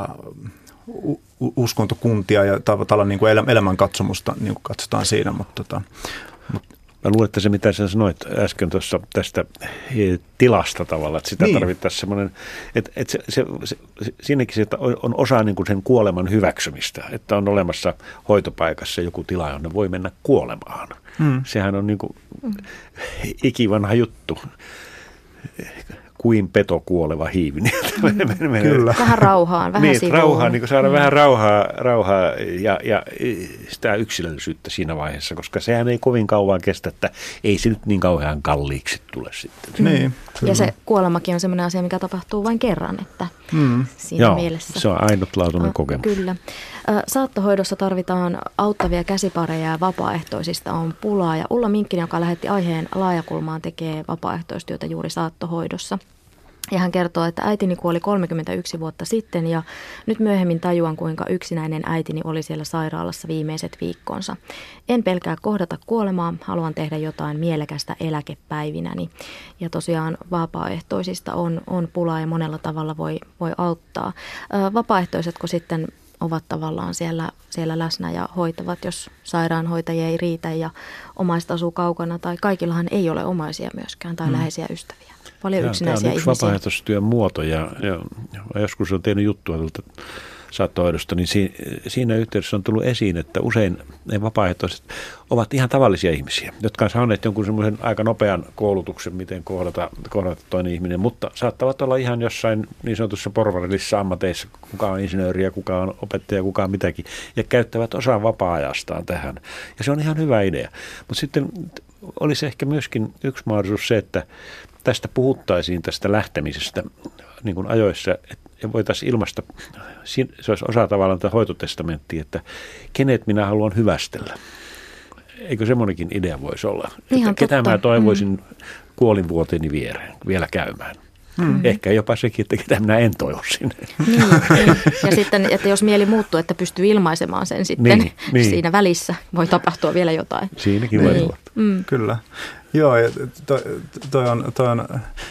uskontokuntia ja tavallaan niin kuin elämänkatsomusta niin kuin katsotaan siinä, mutta mä luulen, että se mitä sä sanoit äsken tuossa tästä tilasta tavalla, että sitä tarvittaisiin semmoinen, että siinäkin se on osa niin kuin sen kuoleman hyväksymistä, että on olemassa hoitopaikassa joku tila, jonne voi mennä kuolemaan. Sehän on niin kuin ikivanha juttu. Kuin peto kuoleva hiivi. Kyllä. Vähän rauhaan, vähän niin, sivuun. Rauhaa, niin saada vähän rauhaa ja sitä yksilöllisyyttä siinä vaiheessa, koska sehän ei kovin kauan kestä, että ei se nyt niin kauhean kalliiksi tule sitten. Niin, ja se kuolemakin on sellainen asia, mikä tapahtuu vain kerran, että siinä mielessä. Se on ainutlaatuinen kokemus. Kyllä. Saattohoidossa tarvitaan auttavia käsipareja ja vapaaehtoisista on pulaa. Ja Ulla Minkkinen, joka lähetti aiheen Laajakulmaan, tekee vapaaehtoistyötä juuri saattohoidossa. Ja hän kertoo, että äitini kuoli 31 vuotta sitten ja nyt myöhemmin tajuan, kuinka yksinäinen äitini oli siellä sairaalassa viimeiset viikkonsa. En pelkää kohdata kuolemaa, haluan tehdä jotain mielekästä eläkepäivinäni. Ja tosiaan vapaaehtoisista on pulaa ja monella tavalla voi auttaa. Vapaaehtoisetko sitten ovat tavallaan siellä läsnä ja hoitavat, jos sairaanhoitajia ei riitä ja omaiset asuu kaukana tai kaikillahan ei ole omaisia myöskään tai läheisiä ystäviä. Paljon yksinäisiä ihmisiä. Tämä on yksi vapaaehtoistyön muoto ja joskus on tehnyt juttua tuolta saattohoidosta, niin siinä yhteydessä on tullut esiin, että usein ne vapaaehtoiset ovat ihan tavallisia ihmisiä, jotka on saaneet jonkun semmoisen aika nopean koulutuksen, miten kohdata toinen ihminen, mutta saattavat olla ihan jossain niin sanotussa porvarillisissa ammateissa, kuka on insinööri ja kuka on opettaja, kuka on mitäkin, ja käyttävät osan vapaa-ajastaan tähän. Ja se on ihan hyvä idea. Mutta sitten olisi ehkä myöskin yksi mahdollisuus se, että tästä puhuttaisiin tästä lähtemisestä niin kuin ajoissa, ja voitaisiin ilmaista, se olisi osa tavallaan tätä hoitotestamenttia, että kenet minä haluan hyvästellä. Eikö semmoinenkin idea voisi olla? Ihan että ketä mä toivoisin kuolinvuoteeni viereen vielä käymään. Ehkä jopa sekin, että ketä minä en toivo sinne. Niin. Ja sitten, että jos mieli muuttuu, että pystyy ilmaisemaan sen sitten siinä välissä, voi tapahtua vielä jotain. Siinäkin voi olla. Kyllä. Joo, ja toi on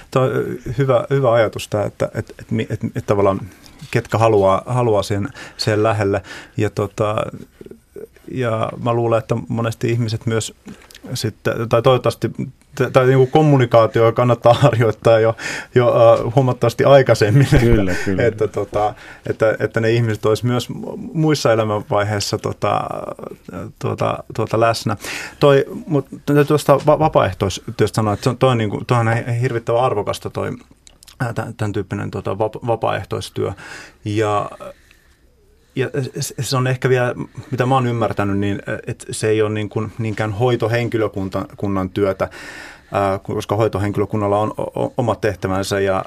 hyvä ajatus tämä, että tavallaan ketkä haluaa sen lähelle. Ja mä luulen, että monesti ihmiset myös sitten, tai toivottavasti tai niin kuin kommunikaatio kannattaa harjoittaa jo huomattavasti aikaisemmin, kyllä. Että ne ihmiset olisi myös muissa elämänvaiheissa läsnä. Mutta tuosta vapaaehtoistyöstä sanoa, että toi on hirvittävän arvokasta tämän tyyppinen vapaaehtoistyö ja se on ehkä vielä, mitä mä oon ymmärtänyt, niin että se ei ole niin kuin niinkään hoitohenkilökunnan työtä, koska hoitohenkilökunnalla on omat tehtävänsä ja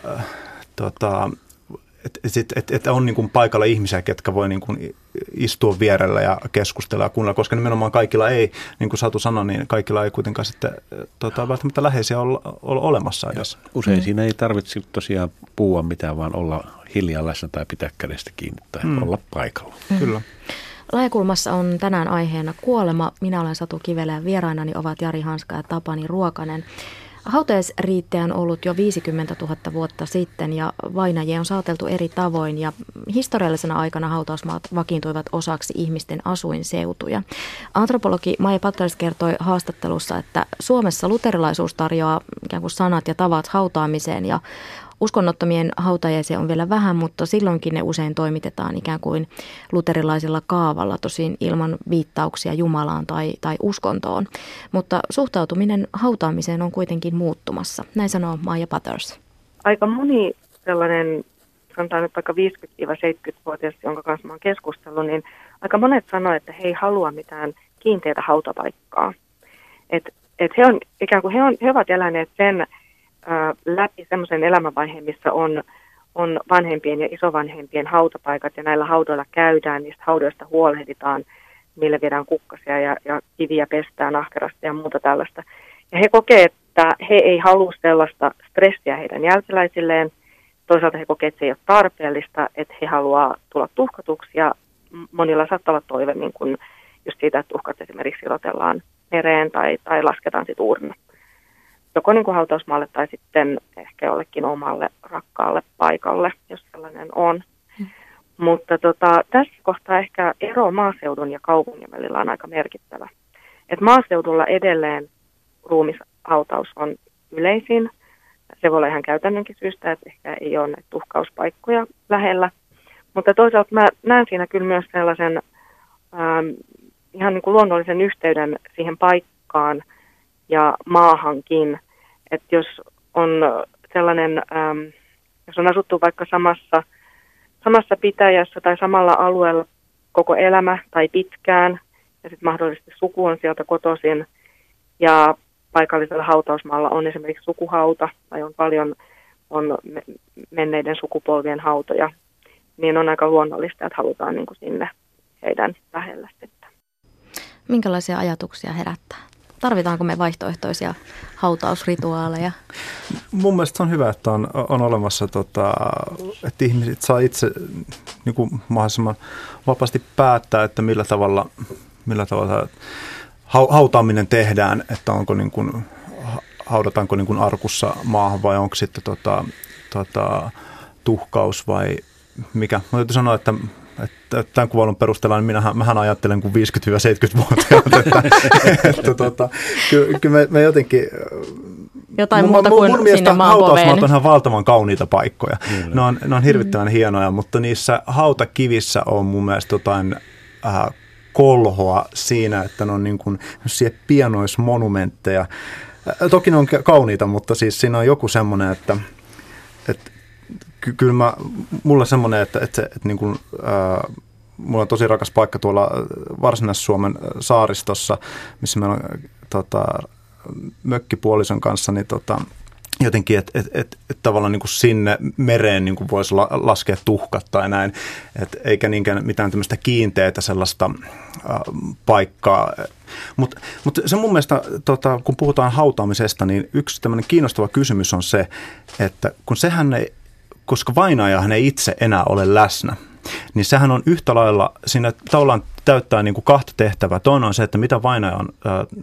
että on niin kuin paikalla ihmisiä, ketkä voi niin kuin istua vierellä ja keskustella ja kuunnella, koska nimenomaan kaikilla ei, niin kuin Satu sanoi, niin kaikilla ei kuitenkaan sitten välttämättä läheisiä ole olemassa edes. Usein siinä ei tarvitse tosiaan puhua mitään, vaan olla hiljaa läsnä tai pitää kädestä kiinni tai olla paikalla. Kyllä. Laajakulmassa on tänään aiheena kuolema. Minä olen Satu Kivelä ja vierainani ovat Jari Hanska ja Tapani Ruokanen. Hautajaisriittejä on ollut jo 50 000 vuotta sitten ja vainajia on saateltu eri tavoin ja historiallisena aikana hautausmaat vakiintuivat osaksi ihmisten asuinseutuja. Antropologi Maija Patters kertoi haastattelussa, että Suomessa luterilaisuus tarjoaa ikään kuin sanat ja tavat hautaamiseen ja uskonnottomien hautajaisia on vielä vähän, mutta silloinkin ne usein toimitetaan ikään kuin luterilaisella kaavalla, tosin ilman viittauksia Jumalaan tai uskontoon. Mutta suhtautuminen hautaamiseen on kuitenkin muuttumassa. Näin sanoo Maija Patters. Aika moni sellainen sanotaan nyt vaikka 50-70-vuotias, jonka kanssa mä oon keskustellut, niin aika monet sanoo, että he ei halua mitään kiinteätä hautapaikkaa. Et he ovat eläneet sen läpi semmoisen elämänvaiheen, missä on vanhempien ja isovanhempien hautapaikat, ja näillä haudoilla käydään, niistä haudoista huolehditaan, mille viedään kukkasia ja kiviä pestään ahkerasti ja muuta tällaista. Ja he kokee, että he ei halua sellaista stressiä heidän jälkeläisilleen. Toisaalta he kokee, että se ei ole tarpeellista, että he haluaa tulla tuhkatuksi, ja monilla saattaa olla toive niin kuin just siitä, että tuhkat esimerkiksi sirotellaan mereen tai lasketaan sitten uurnaan. Joko niin kuin hautausmaalle tai sitten ehkä jollekin omalle rakkaalle paikalle, jos sellainen on. Mutta tässä kohtaa ehkä ero maaseudun ja kaupungin välillä on aika merkittävä. Et maaseudulla edelleen ruumishautaus on yleisin. Se voi olla ihan käytännönkin syystä, että ehkä ei ole näitä tuhkauspaikkoja lähellä. Mutta toisaalta mä näen siinä kyllä myös sellaisen ihan niin kuin luonnollisen yhteyden siihen paikkaan ja maahankin. Että jos on sellainen, jos on asuttu vaikka samassa pitäjässä tai samalla alueella koko elämä tai pitkään, ja sitten mahdollisesti suku on sieltä kotoisin, ja paikallisella hautausmaalla on esimerkiksi sukuhauta, tai on paljon menneiden sukupolvien hautoja, niin on aika luonnollista, että halutaan niin kuin sinne heidän lähellä sitten. Minkälaisia ajatuksia herättää? Tarvitaanko me vaihtoehtoisia hautausrituaaleja? Mun mielestä on hyvä, että on olemassa, että ihmiset saa itse niin kuin mahdollisimman vapaasti päättää, että millä tavalla hautaaminen tehdään, että onko niin kuin, haudataanko niin kuin arkussa maahan vai onko sitten tuhkaus vai mikä. Mä täytyy sanoa, että tämän kuvailun perusteella niin mähän ajattelen kuin 50-70-vuotiaat, että kyllä me jotenkin... Jotain muuta kuin sinne maan poveen. Hautausmaat on ihan valtavan kauniita paikkoja. Ne on hirvittävän hienoja, mutta niissä hautakivissä on mun mielestä jotain kolhoa siinä, että ne on niin kuin pienoismonumentteja. Toki ne on kauniita, mutta siis siinä on joku semmoinen, että kyllä mulla semmoinen, että niin kuin, mulla on tosi rakas paikka tuolla Varsinais-Suomen saaristossa, missä meillä on mökkipuolison kanssa, niin jotenkin, että tavallaan niin kuin sinne mereen niin kuin voisi laskea tuhkat tai näin, eikä niinkään mitään tämmöistä kiinteätä sellaista paikkaa. Mutta se mun mielestä, kun puhutaan hautaamisesta, niin yksi tämmöinen kiinnostava kysymys on se, että kun koska vainajahan ei itse enää ole läsnä, niin sehän on yhtä lailla, siinä tavallaan täyttää niin kuin kahta tehtävää. Toinen on se, että mitä vainaja on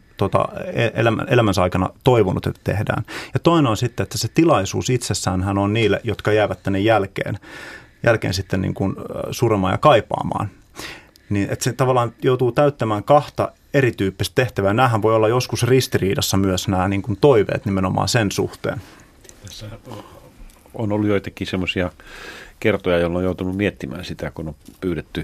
elämänsä aikana toivonut, että tehdään. Ja toinen on sitten, että se tilaisuus itsessään hän on niille, jotka jäävät tänne jälkeen sitten niin kuin suremaan ja kaipaamaan. Niin, että se tavallaan joutuu täyttämään kahta erityyppistä tehtävää. Nämähän voi olla joskus ristiriidassa myös nämä niin kuin toiveet nimenomaan sen suhteen. Tässä on ollut joitakin semmoisia kertoja, jolloin on joutunut miettimään sitä, kun on pyydetty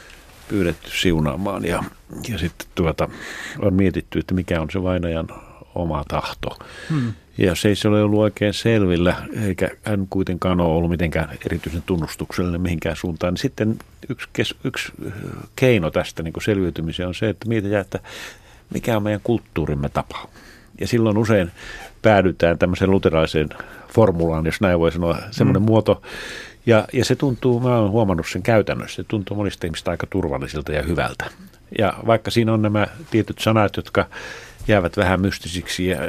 siunaamaan ja sitten on mietitty, että mikä on se vainajan oma tahto. Ja se ei ole ollut oikein selvillä, eikä hän kuitenkaan ole ollut mitenkään erityisen tunnustuksellinen mihinkään suuntaan. Niin sitten yksi keino tästä niin kuin selviytymiseen on se, että mietitään, että mikä on meidän kulttuurimme tapa. Ja silloin usein päädytään tämmöiseen luterilaiseen formulaan, jos näin voi sanoa, semmoinen muoto. Ja se tuntuu, mä olen huomannut sen käytännössä, se tuntuu monista ihmistä aika turvallisilta ja hyvältä. Ja vaikka siinä on nämä tietyt sanat, jotka jäävät vähän mystisiksi ja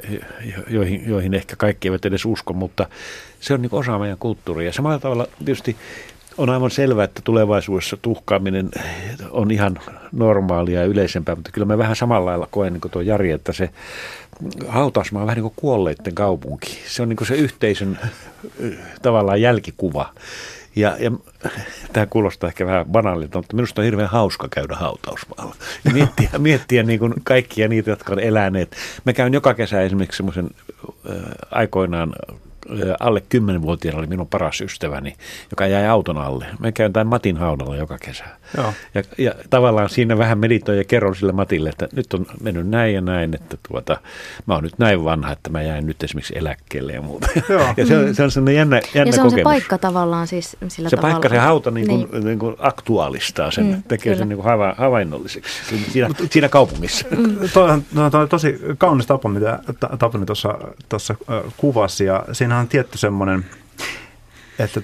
joihin ehkä kaikki eivät edes usko, mutta se on niin kuin osa meidän kulttuuria. Ja samalla tavalla tietysti on aivan selvää, että tulevaisuudessa tuhkaaminen on ihan normaalia ja yleisempää, mutta kyllä mä vähän samalla lailla koen niin kuin tuo Jari, että se hautausmaa on vähän niin kuin kuolleiden kaupunki. Se on niin kuin se yhteisön tavallaan jälkikuva. Ja tämä kuulostaa ehkä vähän banaalilta, mutta minusta on hirveän hauska käydä hautausmaalla. Miettiä niin kuin kaikkia niitä, jotka on eläneet. Mä käyn joka kesä esimerkiksi semmoisen aikoinaan alle 10-vuotiaana oli minun paras ystäväni, joka jäi auton alle. Me käyn Matin haudalla joka kesä. Ja tavallaan siinä vähän meditoin ja kerron sille Matille, että nyt on mennyt näin ja näin, että mä oon nyt näin vanha, että mä jäin nyt esimerkiksi eläkkeelle ja muuta. Ja se on sellainen jännä ja se on kokemus. Se paikka tavallaan siis sillä se tavalla. Paikka, se hauta niin kuin aktuaalistaa sen, tekee sen niin kuin havainnolliseksi siinä kaupungissa. Toi on tosi kaunis tapa, mitä Tapani tuossa kuvasi, ja siinä on tietty semmoinen, että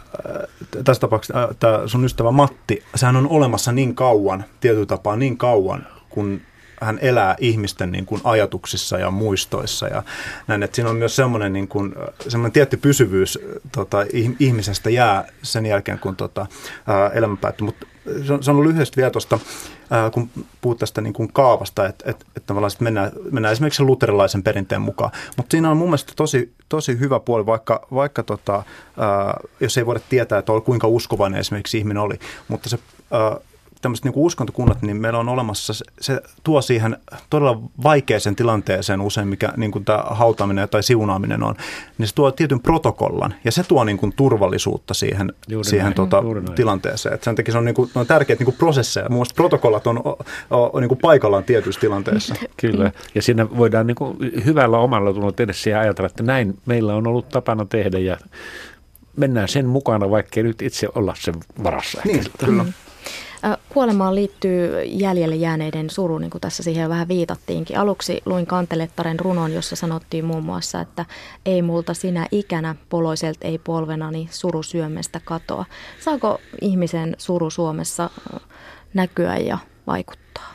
tässä tapauksessa tämä sun ystävä Matti, sehän on olemassa niin kauan, tietyllä tapaa niin kauan, kun hän elää ihmisten niin kuin ajatuksissa ja muistoissa ja näin, että siinä on myös semmoinen, niin kuin, semmoinen tietty pysyvyys ihmisestä jää sen jälkeen, kun elämä päättyy. Mutta se on lyhyesti vielä tuosta, kun puhut tästä niin kuin kaavasta, että tavallaan mennään esimerkiksi luterilaisen perinteen mukaan. Mutta siinä on mun mielestä tosi hyvä puoli, vaikka jos ei voida tietää, että kuinka uskovainen esimerkiksi ihminen oli, mutta se tämmöiset niin kuin uskontokunnat, niin meillä on olemassa, se tuo siihen todella vaikeaseen tilanteeseen usein, mikä niin kuin tämä hautaaminen tai siunaaminen on, niin se tuo tietyn protokollan, ja se tuo niin kuin turvallisuutta siihen tilanteeseen. Et sen takia se on, niin kuin, on tärkeitä niin kuin prosesseja. Mun mielestä protokollat on niin kuin paikallaan tietyissä tilanteissa. Kyllä, ja siinä voidaan niin kuin hyvällä omalla tunnolla tehdä siihen ja ajatella, että näin meillä on ollut tapana tehdä, ja mennään sen mukana, vaikkei nyt itse olla sen varassa. Niin, kyllä. Kuolemaan liittyy jäljelle jääneiden suru, niin kuin tässä siihen jo vähän viitattiinkin. Aluksi luin Kantelettaren runon, jossa sanottiin muun muassa, että ei multa sinä ikänä, poloiselt ei polvenani, suru syömestä katoa. Saako ihmisen suru Suomessa näkyä ja vaikuttaa?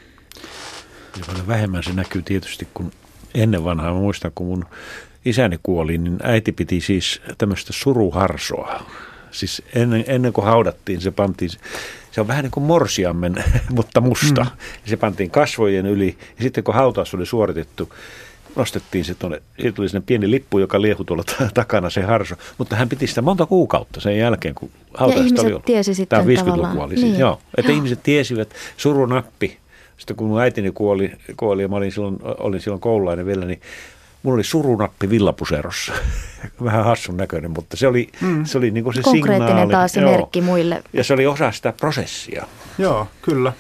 Ja paljon vähemmän se näkyy tietysti kuin ennen vanhaa. Mä muistan, kun mun isäni kuoli, niin äiti piti siis tämmöistä suruharsoa. Siis ennen kuin haudattiin, se on vähän niin kuin morsiammen, mutta musta. Se pantiin kasvojen yli, ja sitten kun hautaus oli suoritettu, nostettiin se tuonne, siitä tuli sinne pieni lippu, joka liehui tuolla takana, se harso. Mutta hän piti sitä monta kuukautta sen jälkeen, kun hautausta oli ollut. Tiesi sitten tämä 50-lukua oli siis, joo. Että ihmiset tiesivät, surunappi. Sitten kun mun äitini kuoli ja mä olin silloin koululainen vielä, niin mulla oli surunappi villapuserossa. Vähän hassun näköinen, mutta se oli niin kuin se konkreettinen signaali. taas se merkki muille. Ja se oli osa sitä prosessia. Joo, kyllä.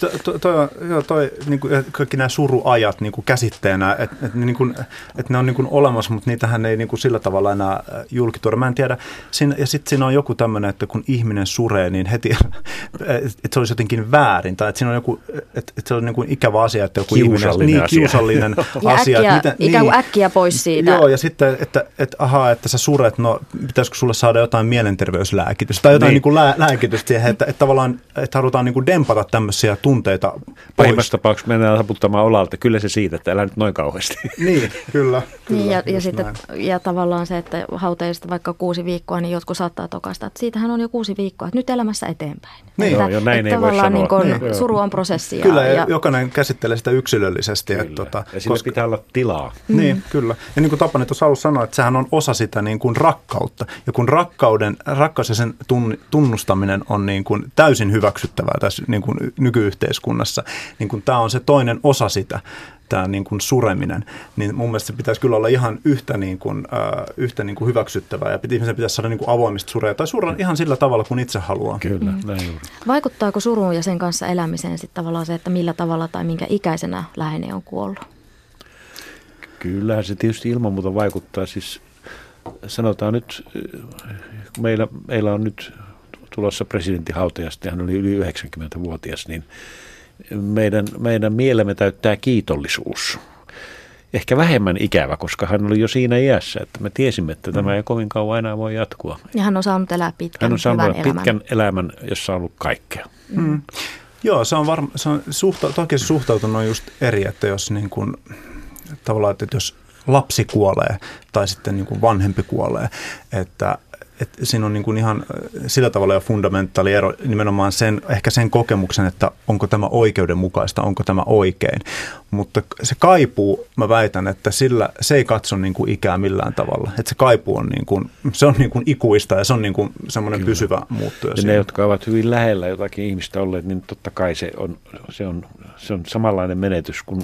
Toi niin kuin kaikki nämä suruajat niin kuin käsitteenä, että ne on niin kuin olemassa, mutta niitähän ei niin kuin sillä tavalla enää julkituoda. Mä en tiedä. Ja sitten siinä on joku tämmöinen, että kun ihminen suree, niin heti, että se olisi jotenkin väärin. Tai että siinä on joku, että se on niin kuin ikävä asia, että joku kiusallinen asia. Ikään kuin äkkiä pois siitä. Joo, ja sitten, että sä suret, no pitäisikö sulle saada jotain mielenterveyslääkitystä tai jotain niin kuin lääkitystä siihen, että tavallaan että halutaan niin kuin dempata tämmöisiä tunteita pois. Pahimmassa tapauksessa mennään taputtamaan olalta. Kyllä se siitä, että älä nyt noin kauheasti. Niin, kyllä. Ja tavallaan se, että hautajista vaikka 6 viikkoa, niin jotkut saattaa tokasta, että siitähän on jo 6 viikkoa, että nyt elämässä eteenpäin. Niin. Että näin ei voi tavallaan sanoa. Niin suru on prosessi. Kyllä, ja jokainen käsittelee sitä yksilöllisesti. Ja sillä pitää olla tilaa. Niin, kyllä. Ja niin kuin Tapani tuossa alussa sanoi, että sehän on osa sitä niin kuin rakkautta. Ja kun rakkaus ja sen tunnustaminen on niin kuin täysin hyväksyttävää tässä niin kuin nykyyhteiskunnassa, niin kuin tämä on se toinen osa sitä, tämä niin kuin sureminen, niin mun mielestä se pitäisi kyllä olla ihan yhtä niin kuin hyväksyttävää, ja ihmisen pitäisi saada niin kuin avoimesti surea, tai surra ihan sillä tavalla, kun itse haluaa. Kyllä, näin juuri. Vaikuttaako suruun ja sen kanssa elämiseen sitten tavallaan se, että millä tavalla tai minkä ikäisenä läheinen on kuollut? Kyllähän se tietysti ilman muuta vaikuttaa. Siis sanotaan nyt, meillä on nyt tulossa presidentin hautajasta, hän oli yli 90-vuotias, niin meidän mielemme täyttää kiitollisuus. Ehkä vähemmän ikävä, koska hän oli jo siinä iässä, että me tiesimme, että tämä ei kovin kauan enää voi jatkua. Ja hän on saanut elää pitkän elämän, jossa on ollut kaikkea. Joo, se on toki se suhtautuminen on just eri, että jos niin kuin, tavallaan, että jos lapsi kuolee tai sitten niin kuin vanhempi kuolee, että siinä on niin kuin ihan sillä tavalla jo fundamentaali ero nimenomaan ehkä sen kokemuksen, että onko tämä oikeudenmukaista, onko tämä oikein. Mutta se kaipuu, mä väitän, että se ei katso niin kuin ikää millään tavalla. Että se kaipuu on niin kuin, se on niin kuin ikuista ja se on niin kuin semmoinen pysyvä muuttuja. Ja ne, jotka ovat hyvin lähellä jotakin ihmistä olleet, niin totta kai se on samanlainen menetys kuin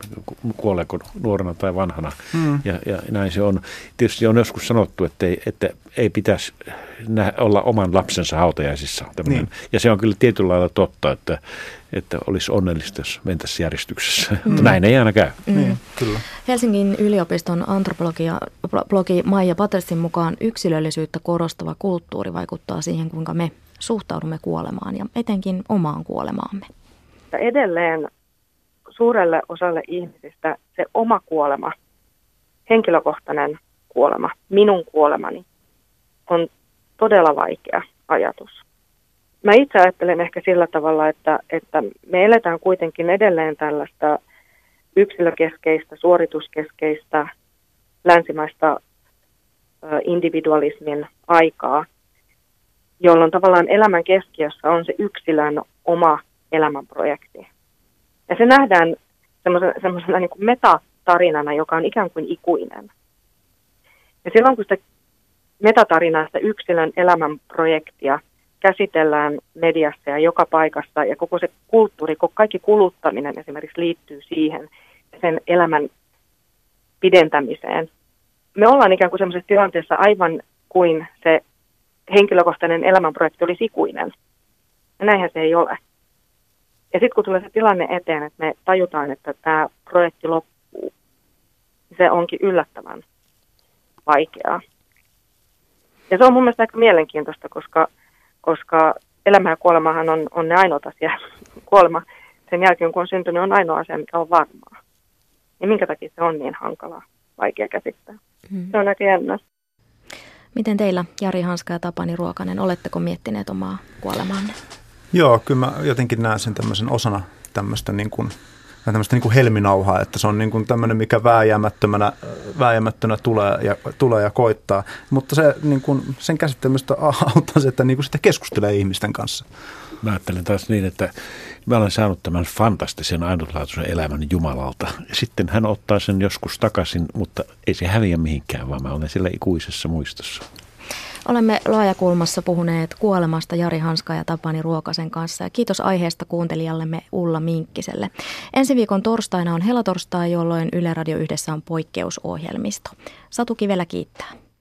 kuoleeko nuorena tai vanhana. Ja näin se on. Tietysti on joskus sanottu, että ei pitäisi olla oman lapsensa hautajaisissa. Niin. Ja se on kyllä tietyllä lailla totta, että olisi onnellista, jos mentäisiin järjestyksessä. Mutta näin ei aina käy. Niin, kyllä. Helsingin yliopiston antropologi Maija Patersin mukaan yksilöllisyyttä korostava kulttuuri vaikuttaa siihen, kuinka me suhtaudumme kuolemaan ja etenkin omaan kuolemaamme. Edelleen suurelle osalle ihmisistä se oma kuolema, henkilökohtainen kuolema, minun kuolemani, on todella vaikea ajatus. Mä itse ajattelen ehkä sillä tavalla, että me eletään kuitenkin edelleen tällaista yksilökeskeistä, suorituskeskeistä, länsimaista individualismin aikaa, jolloin tavallaan elämän keskiössä on se yksilön oma elämänprojekti. Ja se nähdään semmoisena niin kuin metatarinana, joka on ikään kuin ikuinen. Ja silloin kun sitä metatarinaa, sitä yksilön elämänprojektia käsitellään mediassa ja joka paikassa, ja koko se kulttuuri, kaikki kuluttaminen esimerkiksi liittyy siihen sen elämän pidentämiseen. Me ollaan ikään kuin semmoisessa tilanteessa aivan kuin se henkilökohtainen elämänprojekti olisi ikuinen. Ja näinhän se ei ole. Ja sitten kun tulee se tilanne eteen, että me tajutaan, että tämä projekti loppuu, niin se onkin yllättävän vaikeaa. Ja se on mun mielestä aika mielenkiintoista, koska elämä ja kuolemahan on ne ainoat asia. Kuolema sen jälkeen, kun on syntynyt, on ainoa asia, mikä on varmaa. Ja minkä takia se on niin hankalaa, vaikea käsittää. Se on aika jännä. Miten teillä, Jari Hanska ja Tapani Ruokanen, oletteko miettineet omaa kuolemaanne? Joo, kyllä mä jotenkin näen sen tämmöisen osana tämmöistä niin kuin helminauhaa, että se on niin kuin tämmöinen, mikä vääjäämättönä tulee ja koittaa. Mutta se, niin kuin, sen käsittelystä auttaa se, että niin kuin sitä keskustelee ihmisten kanssa. Mä ajattelen taas niin, että mä olen saanut tämän fantastisen ainutlaatuisen elämän Jumalalta. Sitten hän ottaa sen joskus takaisin, mutta ei se häviä mihinkään, vaan mä olen siellä ikuisessa muistossa. Olemme Laajakulmassa puhuneet kuolemasta Jari Hanska ja Tapani Ruokasen kanssa ja kiitos aiheesta kuuntelijallemme Ulla Minkkiselle. Ensi viikon torstaina on helatorstai, jolloin Yle Radio Yhdessä on poikkeusohjelmisto. Satu Kivelä kiittää.